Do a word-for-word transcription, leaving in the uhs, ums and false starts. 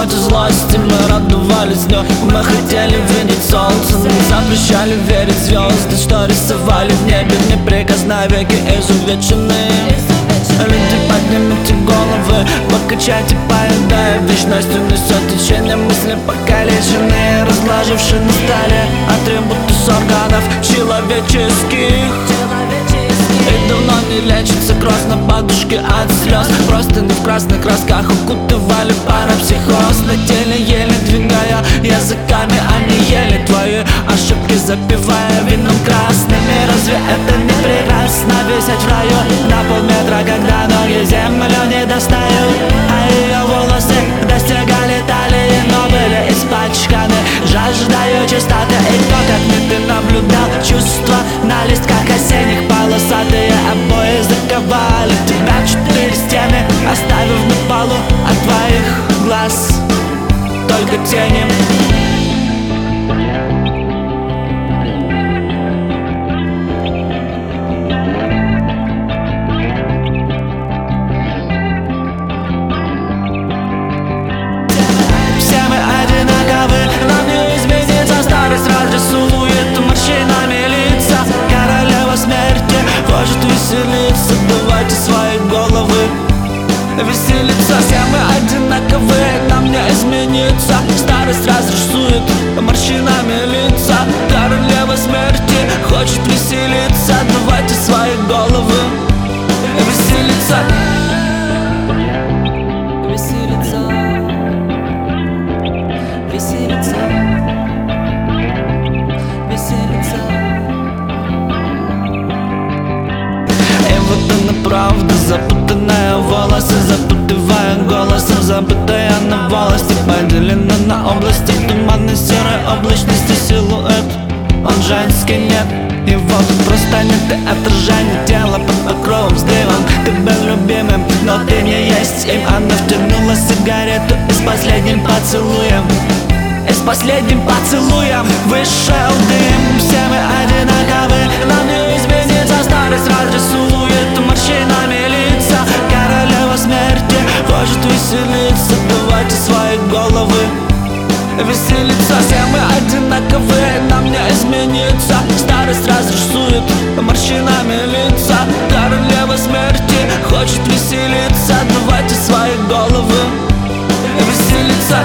ночи злости мы радовались днем. Мы хотели видеть солнце, мы запрещали верить в звезды, что рисовали в небе неприказ навеки изувеченные. Люди, поднимите головы, покачайте, поедая вечностью несет течение мысли покалеченные, разложившие на столе атрибуты с органов человеческих. И давно не лечится кровь на подушке от слез. Просто не в красных красках укутывали парапсихоз. На теле еле двигая языками, они ели твои ошибки, запивая вином красными. Разве это не прекрасно висеть в раю на полметра, когда ноги землю не достают, а ее волосы достигали талии, но были испачканы жаждою чистоты. И то, как не ты наблюдал чувства на листках осенних, полосатые обои заковали тебя в четыре стены, оставив на полу от твоих глаз только тени. Веселиться, давайте свои головы веселиться. Все мы одинаковые, нам не измениться. Старость разрисует морщинами лица. Королева смерти хочет веселиться, давайте свои головы веселиться. Веселиться, веселиться, веселиться. Вот она правда, запутанная волосы, запутывая голосом, забытая на волости, поделена на области туманной серой облачности. Силуэт, он женский, нет его тут просто нет. Ты отражение тела под покровом взрывом. Ты был любимым, но ты не есть им. Она втянула сигарету и с последним поцелуем, и с последним поцелуем вышел дым. Все мы одинаковы, нам не изменится. Старость разрисует морщинами лица. Королева смерти хочет веселиться, давайте свои головы веселиться. Все мы одинаковые, нам не изменится. Старость разрисует морщинами лица. Королева смерти хочет веселиться, давайте свои головы веселиться.